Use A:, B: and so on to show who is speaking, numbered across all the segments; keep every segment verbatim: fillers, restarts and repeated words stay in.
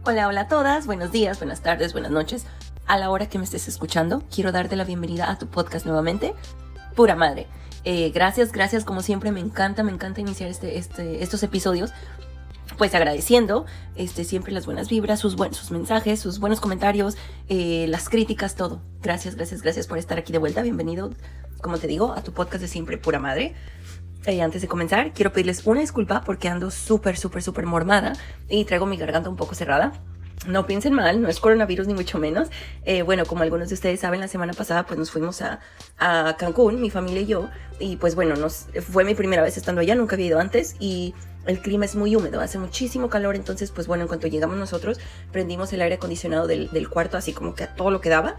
A: Hola, hola a todas, buenos días, buenas tardes, buenas noches. A la hora que me estés escuchando, quiero darte la bienvenida a tu podcast nuevamente, Pura Madre. Eh, gracias, gracias, como siempre, me encanta, me encanta iniciar este, este, estos episodios, pues agradeciendo este, siempre las buenas vibras, sus, buen, sus mensajes, sus buenos comentarios, eh, las críticas, todo. Gracias, gracias, gracias por estar aquí de vuelta. Bienvenido, como te digo, a tu podcast de siempre, Pura Madre. Eh, antes de comenzar, quiero pedirles una disculpa porque ando súper, súper, súper mormada y traigo mi garganta un poco cerrada. No piensen mal, no es coronavirus ni mucho menos. Eh, bueno, como algunos de ustedes saben, la semana pasada pues nos fuimos a, a Cancún, mi familia y yo. Y pues bueno, nos, fue mi primera vez estando allá, nunca había ido antes. Y el clima es muy húmedo, hace muchísimo calor. Entonces pues bueno, en cuanto llegamos nosotros, prendimos el aire acondicionado del, del cuarto así como que a todo lo que daba.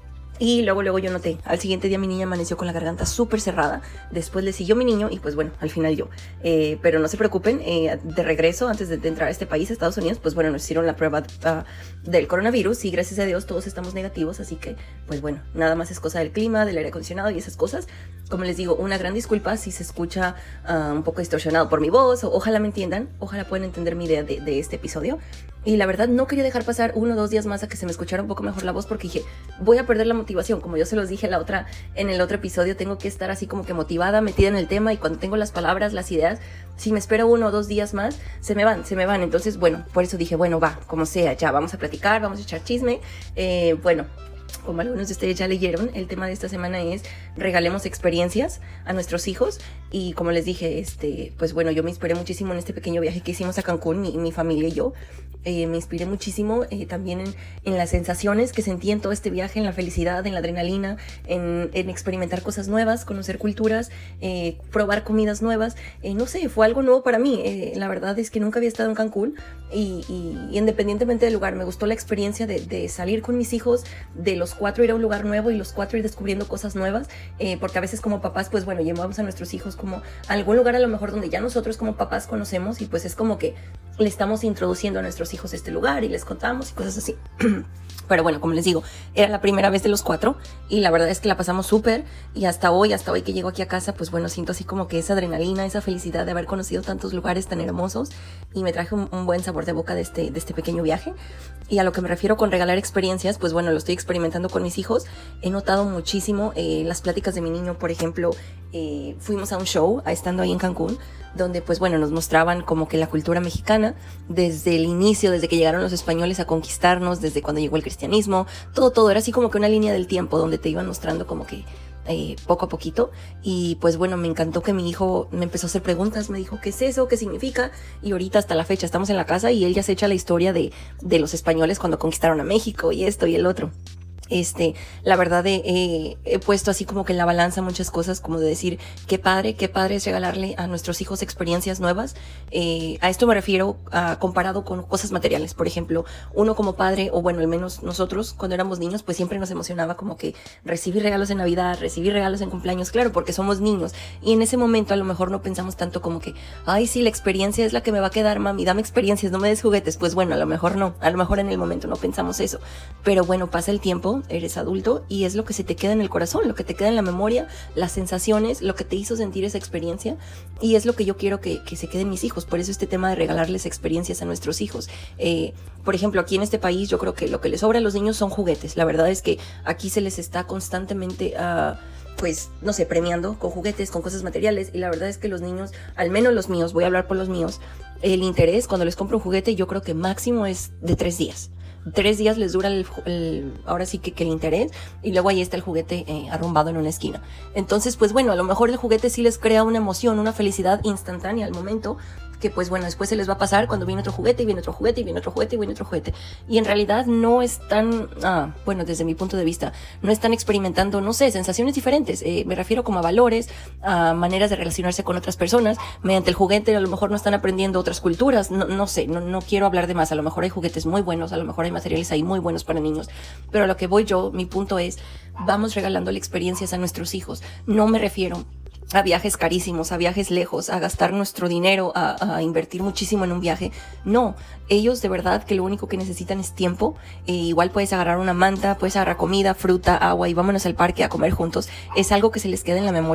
A: Y luego, luego yo noté, al siguiente día mi niña amaneció con la garganta súper cerrada. Después le siguió mi niño y pues bueno, al final yo. Eh, pero no se preocupen, eh, de regreso, antes de, de entrar a este país, a Estados Unidos, pues bueno, nos hicieron la prueba uh, del coronavirus y gracias a Dios todos estamos negativos. Así que, pues bueno, nada más es cosa del clima, del aire acondicionado y esas cosas. Como les digo, una gran disculpa si se escucha uh, un poco distorsionado por mi voz. O, ojalá me entiendan, ojalá puedan entender mi idea de, de este episodio. Y la verdad no quería dejar pasar uno o dos días más a que se me escuchara un poco mejor la voz porque dije, voy a perder la motivación. Como yo se los dije la otra, en el otro episodio, tengo que estar así como que motivada, metida en el tema, y cuando tengo las palabras, las ideas, si me espero uno o dos días más, se me van, se me van. Entonces, bueno, por eso dije, bueno, va, como sea, ya vamos a platicar, vamos a echar chisme. Eh, bueno, como algunos de ustedes ya leyeron, el tema de esta semana es regalemos experiencias a nuestros hijos. Y como les dije, este, pues bueno, yo me inspiré muchísimo en este pequeño viaje que hicimos a Cancún, mi, mi familia y yo. Eh, me inspiré muchísimo eh, también en, en las sensaciones que sentí en todo este viaje, en la felicidad, en la adrenalina, en, en experimentar cosas nuevas, conocer culturas, eh, probar comidas nuevas. Eh, no sé, fue algo nuevo para mí. Eh, la verdad es que nunca había estado en Cancún y, y, y independientemente del lugar, me gustó la experiencia de, de salir con mis hijos, de los cuatro ir a un lugar nuevo y los cuatro ir descubriendo cosas nuevas, eh, porque a veces como papás, pues bueno, llevamos a nuestros hijos como a algún lugar a lo mejor donde ya nosotros como papás conocemos y pues es como que le estamos introduciendo a nuestros hijos este lugar y les contamos y cosas así. Pero bueno, como les digo, era la primera vez de los cuatro y la verdad es que la pasamos súper y hasta hoy, hasta hoy que llego aquí a casa, pues bueno, siento así como que esa adrenalina, esa felicidad de haber conocido tantos lugares tan hermosos y me traje un, un buen sabor de boca de este, de este pequeño viaje. Y a lo que me refiero con regalar experiencias, pues bueno, lo estoy experimentando con mis hijos. He notado muchísimo eh, las pláticas de mi niño, por ejemplo, eh, fuimos a un show a, estando ahí en Cancún, donde pues bueno, nos mostraban como que la cultura mexicana desde el inicio, desde que llegaron los españoles a conquistarnos, desde cuando llegó el cristianismo, todo, todo, era así como que una línea del tiempo donde te iban mostrando como que eh, poco a poquito. Y pues bueno, me encantó que mi hijo me empezó a hacer preguntas, me dijo, ¿qué es eso? ¿Qué significa? Y ahorita hasta la fecha estamos en la casa y él ya se echa la historia de, de los españoles cuando conquistaron a México y esto y el otro. Este, la verdad he, he, he puesto así como que en la balanza muchas cosas, como de decir, qué padre, qué padre es regalarle a nuestros hijos experiencias nuevas. Eh, a esto me refiero a, comparado con cosas materiales. Por ejemplo, uno como padre, o bueno, al menos nosotros cuando éramos niños, pues siempre nos emocionaba como que recibir regalos en Navidad, recibir regalos en cumpleaños, claro, porque somos niños. Y en ese momento a lo mejor no pensamos tanto como que, ay, sí, la experiencia es la que me va a quedar, mami, dame experiencias, no me des juguetes. Pues bueno, a lo mejor no, a lo mejor en el momento no pensamos eso. Pero bueno, pasa el tiempo, eres adulto y es lo que se te queda en el corazón, lo que te queda en la memoria, las sensaciones, lo que te hizo sentir esa experiencia, y es lo que yo quiero que, que se queden mis hijos. Por eso este tema de regalarles experiencias a nuestros hijos. Eh, por ejemplo, aquí en este país yo creo que lo que les sobra a los niños son juguetes. La verdad es que aquí se les está constantemente uh, pues, no sé, premiando con juguetes, con cosas materiales, y la verdad es que los niños, al menos los míos, voy a hablar por los míos, el interés cuando les compro un juguete yo creo que máximo es de tres días. Tres días les dura el, el ahora sí que, que el interés, y luego ahí está el juguete eh, arrumbado en una esquina. Entonces, pues bueno, a lo mejor el juguete sí les crea una emoción, una felicidad instantánea al momento, que pues bueno, después se les va a pasar cuando viene otro juguete, y viene otro juguete, y viene otro juguete, y viene otro juguete. Y en realidad no están, ah, bueno, desde mi punto de vista, no están experimentando, no sé, sensaciones diferentes. Eh, me refiero como a valores, a maneras de relacionarse con otras personas. Mediante el juguete a lo mejor no están aprendiendo otras culturas, no, no sé, no, no quiero hablar de más. A lo mejor hay juguetes muy buenos, a lo mejor hay materiales ahí muy buenos para niños, pero a lo que voy yo, mi punto es, vamos regalándole experiencias a nuestros hijos. No me refiero a viajes carísimos, a viajes lejos, a gastar nuestro dinero, a, a invertir muchísimo en un viaje. No, ellos de verdad que lo único que necesitan es tiempo. Eh, igual puedes agarrar una manta, puedes agarrar comida, fruta, agua y vámonos al parque a comer juntos. Es algo que se les queda en la memoria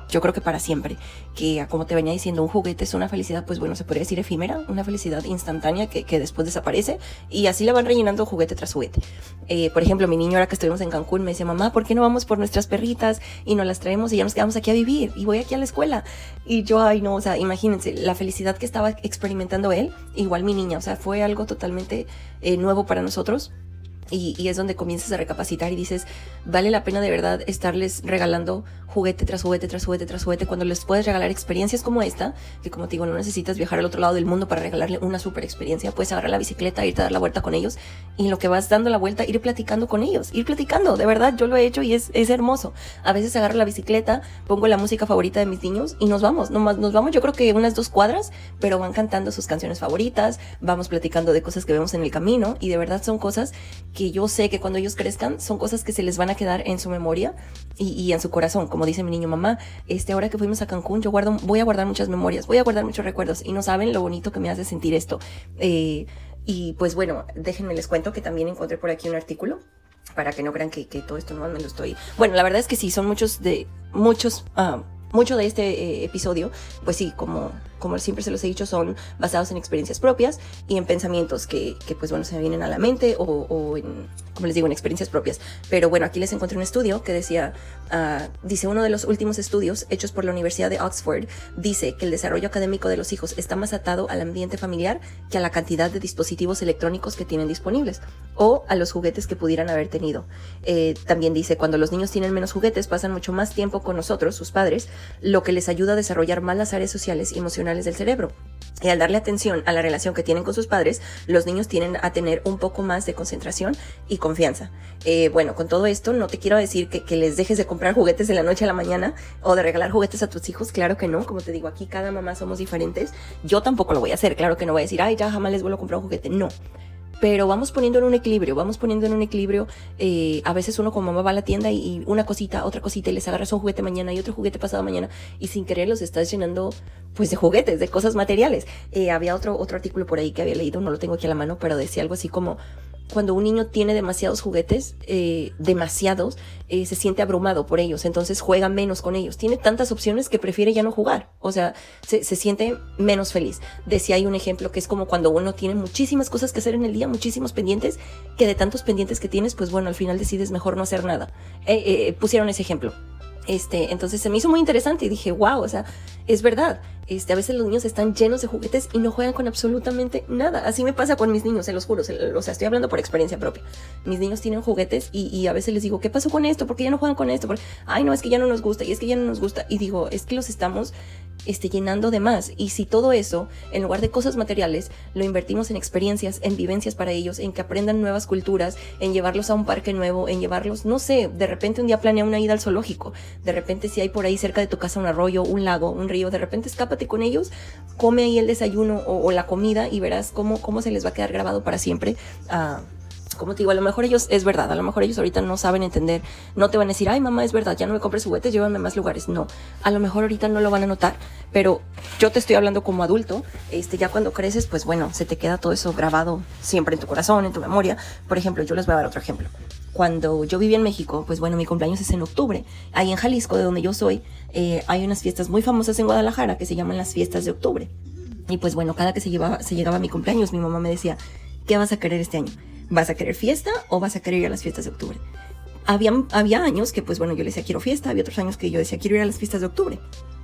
A: yo creo que para siempre, que como te venía diciendo, un juguete es una felicidad, pues bueno, se podría decir efímera, una felicidad instantánea que, que después desaparece, y así la van rellenando juguete tras juguete. Eh, por ejemplo, mi niño, ahora que estuvimos en Cancún, me decía, mamá, ¿por qué no vamos por nuestras perritas y nos las traemos y ya nos quedamos aquí a vivir y voy aquí a la escuela? Y yo, ay no, o sea, imagínense la felicidad que estaba experimentando él, igual mi niña, o sea, fue algo totalmente eh, nuevo para nosotros. Y, y es donde comienzas a recapacitar y dices, vale la pena de verdad estarles regalando juguete tras juguete tras juguete tras juguete cuando les puedes regalar experiencias como esta, que como te digo, no necesitas viajar al otro lado del mundo para regalarle una super experiencia. Puedes agarrar la bicicleta, irte a dar la vuelta con ellos, y en lo que vas dando la vuelta, ir platicando con ellos, ir platicando, de verdad, yo lo he hecho y es, es hermoso. A veces agarro la bicicleta, pongo la música favorita de mis niños y nos vamos, nomás, nos vamos yo creo que unas dos cuadras, pero van cantando sus canciones favoritas, vamos platicando de cosas que vemos en el camino, y de verdad son cosas que yo sé que cuando ellos crezcan son cosas que se les van a quedar en su memoria y, y en su corazón. Como dice mi niño, mamá, este, ahora que fuimos a Cancún, yo guardo, voy a guardar muchas memorias, voy a guardar muchos recuerdos, y no saben lo bonito que me hace sentir esto. Eh, y pues bueno, déjenme les cuento que también encontré por aquí un artículo, para que no crean que, que todo esto no me lo estoy... Bueno, la verdad es que sí, son muchos de... muchos... Uh, mucho de este eh, episodio, pues sí, como, como siempre se los he dicho, son basados en experiencias propias y en pensamientos que, que pues bueno, se me vienen a la mente, o, o en, como les digo, en experiencias propias. Pero bueno, aquí les encontré un estudio que decía, uh, dice, uno de los últimos estudios hechos por la Universidad de Oxford, dice que el desarrollo académico de los hijos está más atado al ambiente familiar que a la cantidad de dispositivos electrónicos que tienen disponibles, o a los juguetes que pudieran haber tenido. Eh, también dice, cuando los niños tienen menos juguetes, pasan mucho más tiempo con nosotros, sus padres, lo que les ayuda a desarrollar más las áreas sociales y emocionales del cerebro. Y al darle atención a la relación que tienen con sus padres, los niños tienden a tener un poco más de concentración y confianza. Eh, bueno, con todo esto, no te quiero decir que, que les dejes de comprar juguetes de la noche a la mañana o de regalar juguetes a tus hijos, claro que no. Como te digo, aquí cada mamá somos diferentes. Yo tampoco lo voy a hacer, claro que no voy a decir, ay, ya jamás les vuelvo a comprar un juguete, no. Pero vamos poniendo en un equilibrio, vamos poniendo en un equilibrio, eh, a veces uno como mamá va a la tienda y, y una cosita, otra cosita, y les agarras un juguete mañana y otro juguete pasado mañana, y sin querer los estás llenando pues de juguetes, de cosas materiales. Eh, había otro, otro artículo por ahí que había leído, no lo tengo aquí a la mano, pero decía algo así como, cuando un niño tiene demasiados juguetes, eh, demasiados, eh, se siente abrumado por ellos, entonces juega menos con ellos. Tiene tantas opciones que prefiere ya no jugar, o sea, se, se siente menos feliz. Decía, hay un ejemplo que es como cuando uno tiene muchísimas cosas que hacer en el día, muchísimos pendientes, que de tantos pendientes que tienes, pues bueno, al final decides mejor no hacer nada. Eh, eh, pusieron ese ejemplo. Este, entonces se me hizo muy interesante y dije, wow, o sea, es verdad. Este, a veces los niños están llenos de juguetes y no juegan con absolutamente nada. Así me pasa con mis niños, se los juro. Se, o sea, estoy hablando por experiencia propia. Mis niños tienen juguetes y, y a veces les digo, ¿qué pasó con esto? ¿Por qué ya no juegan con esto? Porque, ay, no, es que ya no nos gusta, y es que ya no nos gusta. Y digo, es que los estamos este, llenando de más. Y si todo eso, en lugar de cosas materiales, lo invertimos en experiencias, en vivencias para ellos, en que aprendan nuevas culturas, en llevarlos a un parque nuevo, en llevarlos, no sé, de repente un día planea una ida al zoológico. De repente si hay por ahí cerca de tu casa un arroyo, un lago, un río, de repente escápate con ellos, come ahí el desayuno o, o la comida y verás cómo, cómo se les va a quedar grabado para siempre. Uh, como te digo, a lo mejor ellos, es verdad, a lo mejor ellos ahorita no saben entender, no te van a decir, ay mamá, es verdad, ya no me compres juguetes, llévame a más lugares. No, a lo mejor ahorita no lo van a notar, pero yo te estoy hablando como adulto. Este, ya cuando creces, pues bueno, se te queda todo eso grabado siempre en tu corazón, en tu memoria. Por ejemplo, yo les voy a dar otro ejemplo. Cuando yo vivía en México, pues bueno, mi cumpleaños es en octubre. Ahí en Jalisco, de donde yo soy, eh, hay unas fiestas muy famosas en Guadalajara que se llaman las fiestas de octubre. Y pues bueno, cada que se, llevaba, se llegaba a mi cumpleaños, mi mamá me decía, ¿qué vas a querer este año? ¿Vas a querer fiesta o vas a querer ir a las fiestas de octubre? Había, había años que pues bueno, yo le decía quiero fiesta, había otros años que yo decía quiero ir a las fiestas de octubre.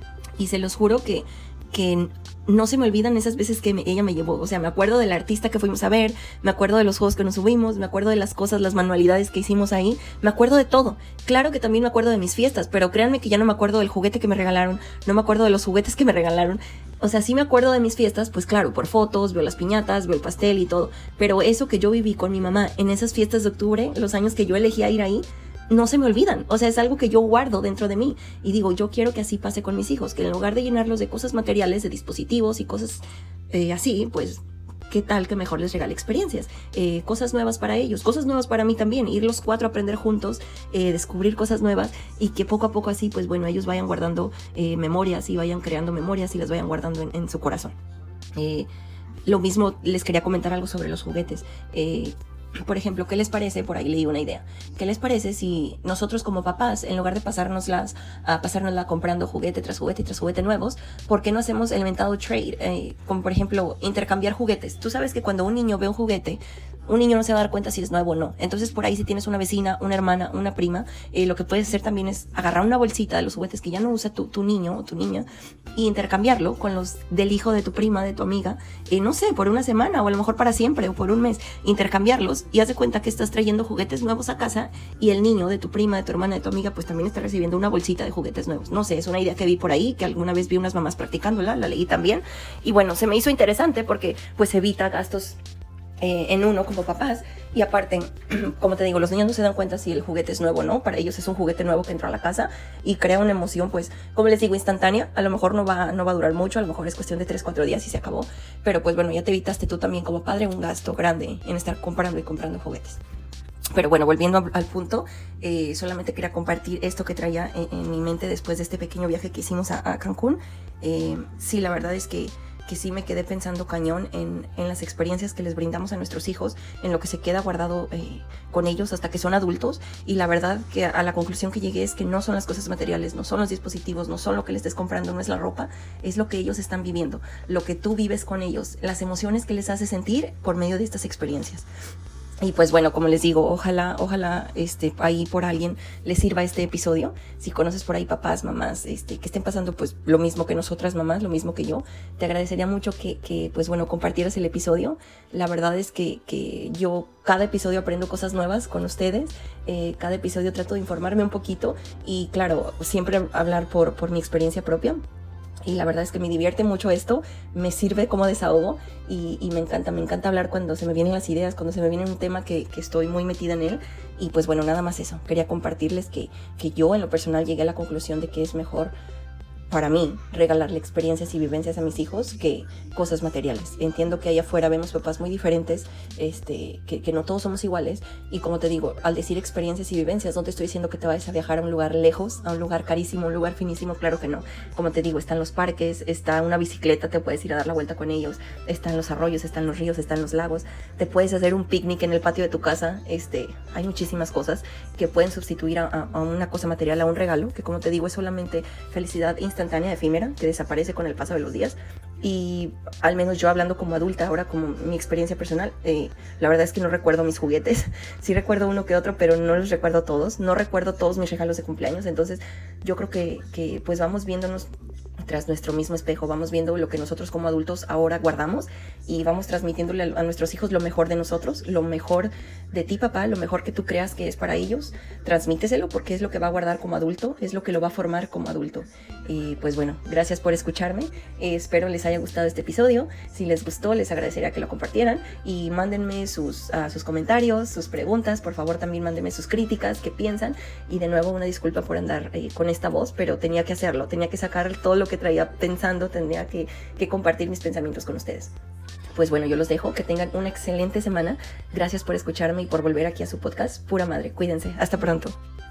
A: Y se los juro que, que no se me olvidan esas veces que me, ella me llevó. O sea, me acuerdo del artista que fuimos a ver, me acuerdo de los juegos que nos subimos, me acuerdo de las cosas, las manualidades que hicimos ahí, me acuerdo de todo. Claro que también me acuerdo de mis fiestas, pero créanme que ya no me acuerdo del juguete que me regalaron, no me acuerdo de los juguetes que me regalaron. O sea, sí me acuerdo de mis fiestas, pues claro, por fotos, veo las piñatas, veo el pastel y todo. Pero eso que yo viví con mi mamá en esas fiestas de octubre, los años que yo elegía ir ahí, no se me olvidan. O sea, es algo que yo guardo dentro de mí. Y digo, yo quiero que así pase con mis hijos, que en lugar de llenarlos de cosas materiales, de dispositivos y cosas eh, así, pues, ¿qué tal que mejor les regale experiencias? Eh, cosas nuevas para ellos, cosas nuevas para mí también. Ir los cuatro a aprender juntos, eh, descubrir cosas nuevas y que poco a poco así, pues bueno, ellos vayan guardando eh, memorias y vayan creando memorias y las vayan guardando en, en su corazón. Eh, lo mismo les quería comentar algo sobre los juguetes. Eh, por ejemplo, ¿qué les parece? Por ahí leí una idea. ¿Qué les parece si nosotros como papás, en lugar de pasárnoslas, a pasárnosla comprando juguete tras juguete tras juguete nuevos, ¿por qué no hacemos el inventado trade? Eh, como por ejemplo, intercambiar juguetes. Tú sabes que cuando un niño ve un juguete, un niño no se va a dar cuenta si es nuevo o no. Entonces, por ahí, si tienes una vecina, una hermana, una prima, eh, lo que puedes hacer también es agarrar una bolsita de los juguetes que ya no usa tu, tu niño o tu niña y intercambiarlo con los del hijo de tu prima, de tu amiga, eh, no sé, por una semana o a lo mejor para siempre o por un mes. Intercambiarlos y haz de cuenta que estás trayendo juguetes nuevos a casa y el niño de tu prima, de tu hermana, de tu amiga, pues también está recibiendo una bolsita de juguetes nuevos. No sé, es una idea que vi por ahí, que alguna vez vi unas mamás practicándola, la leí también. Y bueno, se me hizo interesante porque pues evita gastos Eh, en uno como papás, y aparte, como te digo, los niños no se dan cuenta si el juguete es nuevo o no. Para ellos es un juguete nuevo que entró a la casa y crea una emoción, pues, como les digo, instantánea. A lo mejor no va, no va a durar mucho, a lo mejor es cuestión de tres, cuatro días y se acabó, pero pues bueno, ya te evitaste tú también como padre un gasto grande en estar comprando y comprando juguetes. Pero bueno, volviendo al punto, eh, solamente quería compartir esto que traía en, en mi mente después de este pequeño viaje que hicimos a, a Cancún. Eh, sí, la verdad es que que sí me quedé pensando cañón en, en las experiencias que les brindamos a nuestros hijos, en lo que se queda guardado eh, con ellos hasta que son adultos, y la verdad que a la conclusión que llegué es que no son las cosas materiales, no son los dispositivos, no son lo que les estés comprando, no es la ropa, es lo que ellos están viviendo, lo que tú vives con ellos, las emociones que les hace sentir por medio de estas experiencias. Y pues bueno, como les digo, ojalá, ojalá este, ahí por alguien les sirva este episodio. Si conoces por ahí papás, mamás, este, que estén pasando pues lo mismo que nosotras mamás, lo mismo que yo, te agradecería mucho que, que pues bueno, compartieras el episodio. La verdad es que, que yo cada episodio aprendo cosas nuevas con ustedes. Eh, cada episodio trato de informarme un poquito y claro, siempre hablar por, por mi experiencia propia. Y la verdad es que me divierte mucho esto, me sirve como desahogo y, y me encanta, me encanta hablar cuando se me vienen las ideas, cuando se me viene un tema que, que estoy muy metida en él. Y pues bueno, nada más eso, quería compartirles que, que yo en lo personal llegué a la conclusión de que es mejor para mí regalarle experiencias y vivencias a mis hijos que cosas materiales. Entiendo que allá afuera vemos papás muy diferentes, este, que, que no todos somos iguales, y como te digo, al decir experiencias y vivencias, no te estoy diciendo que te vayas a viajar a un lugar lejos, a un lugar carísimo, a un lugar finísimo, claro que no. Como te digo, están los parques, está una bicicleta, te puedes ir a dar la vuelta con ellos, están los arroyos, están los ríos, están los lagos, te puedes hacer un picnic en el patio de tu casa. Este, hay muchísimas cosas que pueden sustituir a, a una cosa material, a un regalo, que como te digo es solamente felicidad instantánea, efímera, que desaparece con el paso de los días. Y al menos yo, hablando como adulta ahora, como mi experiencia personal, eh, la verdad es que no recuerdo mis juguetes. Sí recuerdo uno que otro, pero no los recuerdo todos. No recuerdo todos mis regalos de cumpleaños. Entonces yo creo que, que pues vamos viéndonos tras nuestro mismo espejo, vamos viendo lo que nosotros como adultos ahora guardamos y vamos transmitiéndole a nuestros hijos lo mejor de nosotros, lo mejor de ti, papá, lo mejor que tú creas que es para ellos. Transmíteselo porque es lo que va a guardar como adulto, es lo que lo va a formar como adulto. Y pues bueno, gracias por escucharme, eh, espero les haya gustado este episodio. Si les gustó, les agradecería que lo compartieran y mándenme sus, uh, sus comentarios, sus preguntas, por favor también mándenme sus críticas, qué piensan, y de nuevo una disculpa por andar eh, con esta voz, pero tenía que hacerlo, tenía que sacar todo lo que traía pensando, tendría que, que compartir mis pensamientos con ustedes. Pues bueno, yo los dejo, que tengan una excelente semana, gracias por escucharme y por volver aquí a su podcast, Pura Madre, cuídense, hasta pronto.